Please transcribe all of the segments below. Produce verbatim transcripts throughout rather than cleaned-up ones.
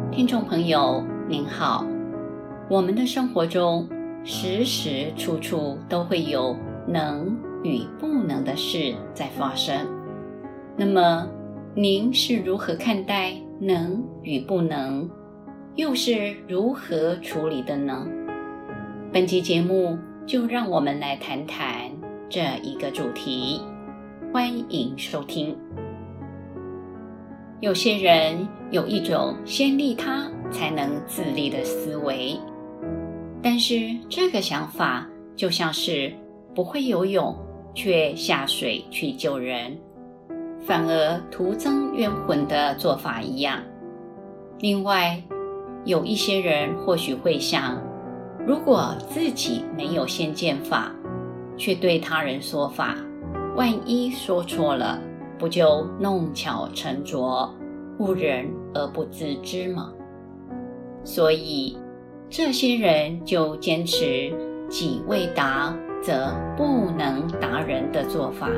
听众朋友您好，我们的生活中时时处处都会有能与不能的事在发生，那么您是如何看待能与不能，又是如何处理的呢？本期节目就让我们来谈谈这一个主题，欢迎收听。有些人有一种先利他才能自立的思维，但是这个想法就像是不会游泳却下水去救人，反而徒增冤魂的做法一样。另外，有一些人或许会想，如果自己没有先见法，却对他人说法，万一说错了，不就弄巧成拙，误人而不自知吗？所以这些人就坚持己未达则不能达人的做法。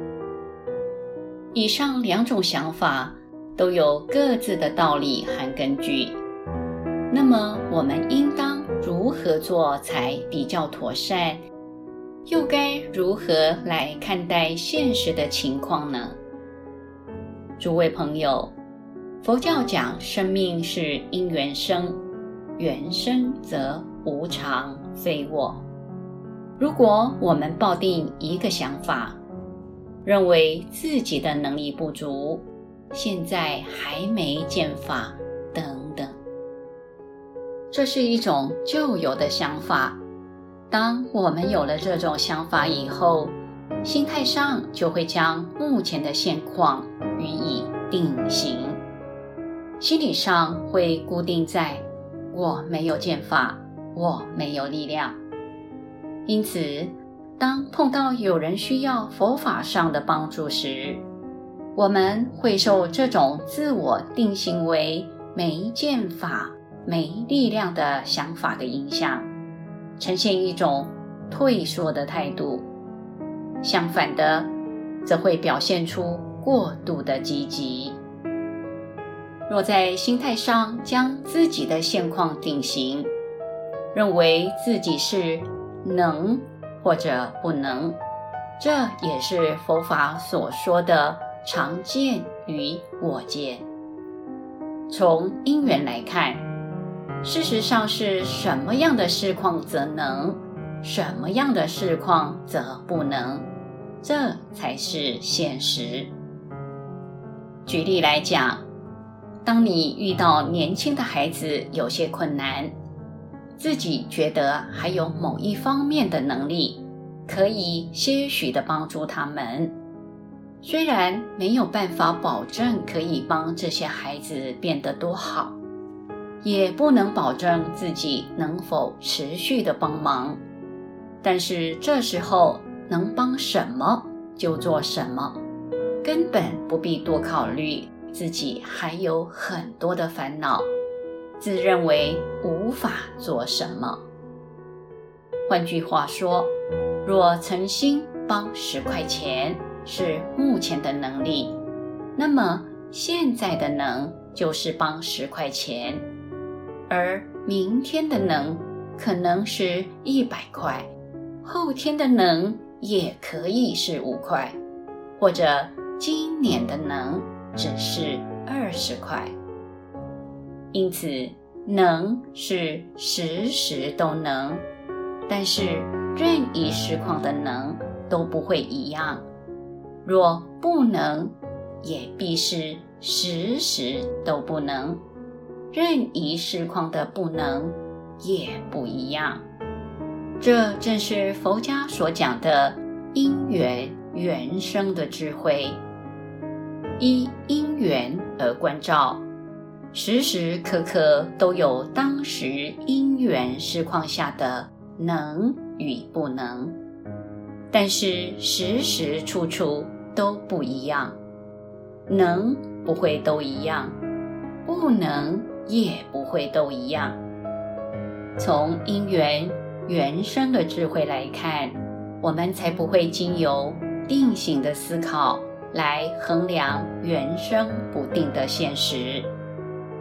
以上两种想法都有各自的道理和根据，那么我们应当如何做才比较妥善？又该如何来看待现实的情况呢？诸位朋友，佛教讲生命是因缘生，缘生则无常非我。如果我们抱定一个想法，认为自己的能力不足，现在还没见法等等，这是一种旧有的想法。当我们有了这种想法以后，心态上就会将目前的现况予以定型，心理上会固定在我没有见法，我没有力量。因此当碰到有人需要佛法上的帮助时，我们会受这种自我定型为没见法、没力量的想法的影响，呈现一种退缩的态度。相反的，则会表现出过度的积极。若在心态上将自己的现况定型，认为自己是能或者不能，这也是佛法所说的常见与我见。从因缘来看，事实上是什么样的事况则能，什么样的事况则不能，这才是现实。举例来讲，当你遇到年轻的孩子有些困难，自己觉得还有某一方面的能力，可以些许的帮助他们，虽然没有办法保证可以帮这些孩子变得多好，也不能保证自己能否持续的帮忙，但是这时候能帮什么就做什么，根本不必多考虑自己还有很多的烦恼，自认为无法做什么。换句话说，若诚心帮十块钱是目前的能力，那么现在的能就是帮十块钱，而明天的能可能是一百块，后天的能也可以是五块，或者今年的能只是二十块。因此能是时时都能，但是任意实况的能都不会一样，若不能也必是时时都不能，任意实况的不能也不一样。这正是佛家所讲的因缘缘生的智慧，依因缘而关照，时时刻刻都有当时因缘实况下的能与不能，但是时时处处都不一样，能不会都一样，不能也不会都一样。从因缘缘生的智慧来看，我们才不会经由定型的思考来衡量缘生不定的现实。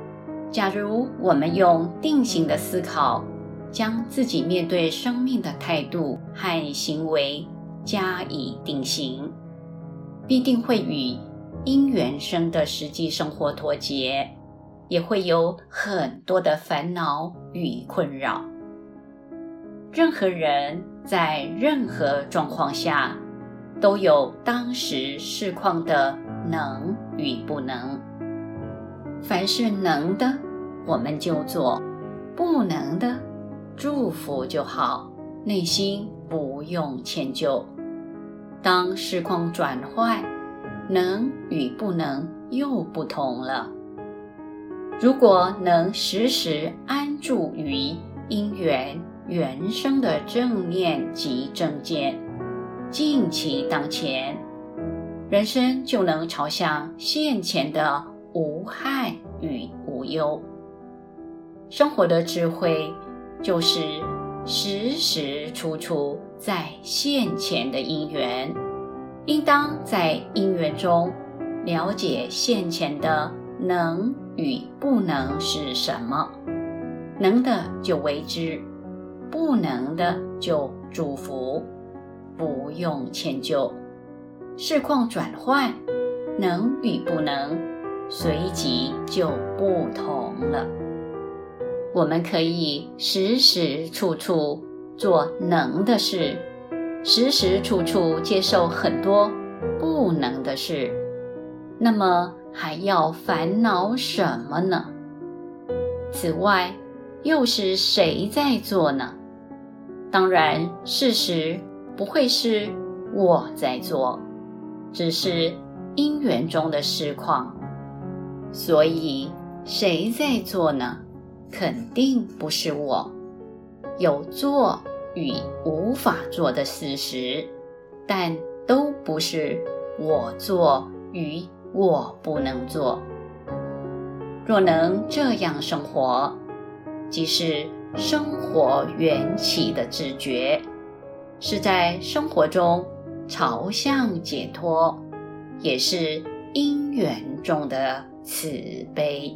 假如我们用定型的思考，将自己面对生命的态度和行为加以定型，必定会与因缘生的实际生活脱节，也会有很多的烦恼与困扰。任何人在任何状况下都有当时事况的能与不能，凡是能的我们就做，不能的祝福就好，内心不用迁就。当事况转换，能与不能又不同了。如果能时时安住于因缘原生的正念及正见，尽其当前，人生就能朝向现前的无害与无忧。生活的智慧就是时时处处在现前的因缘，应当在因缘中了解现前的能与不能是什么，能的就为之，不能的就祝福，不用迁就。事况转换，能与不能随即就不同了。我们可以时时处处做能的事，时时处处接受很多不能的事，那么还要烦恼什么呢？此外，又是谁在做呢？当然，事实不会是我在做，只是因缘中的实况。所以，谁在做呢？肯定不是我。有做与无法做的事实，但都不是我做与我不能做。若能这样生活，即是生活缘起的知觉，是在生活中朝向解脱，也是因缘中的慈悲。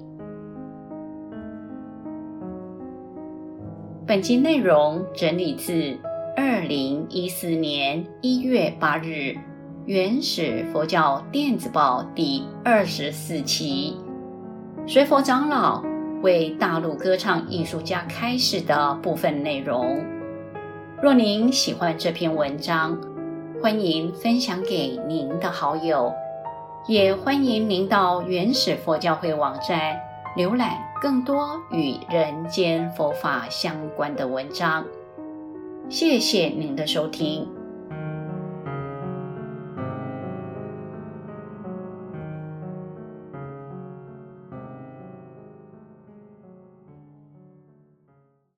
本集内容整理自二零一四年一月八日原始佛教电子报第二十四期，水佛长老为大陆歌唱艺术家开示的部分内容。若您喜欢这篇文章，欢迎分享给您的好友，也欢迎您到原始佛教会网站浏览更多与人间佛法相关的文章。谢谢您的收听。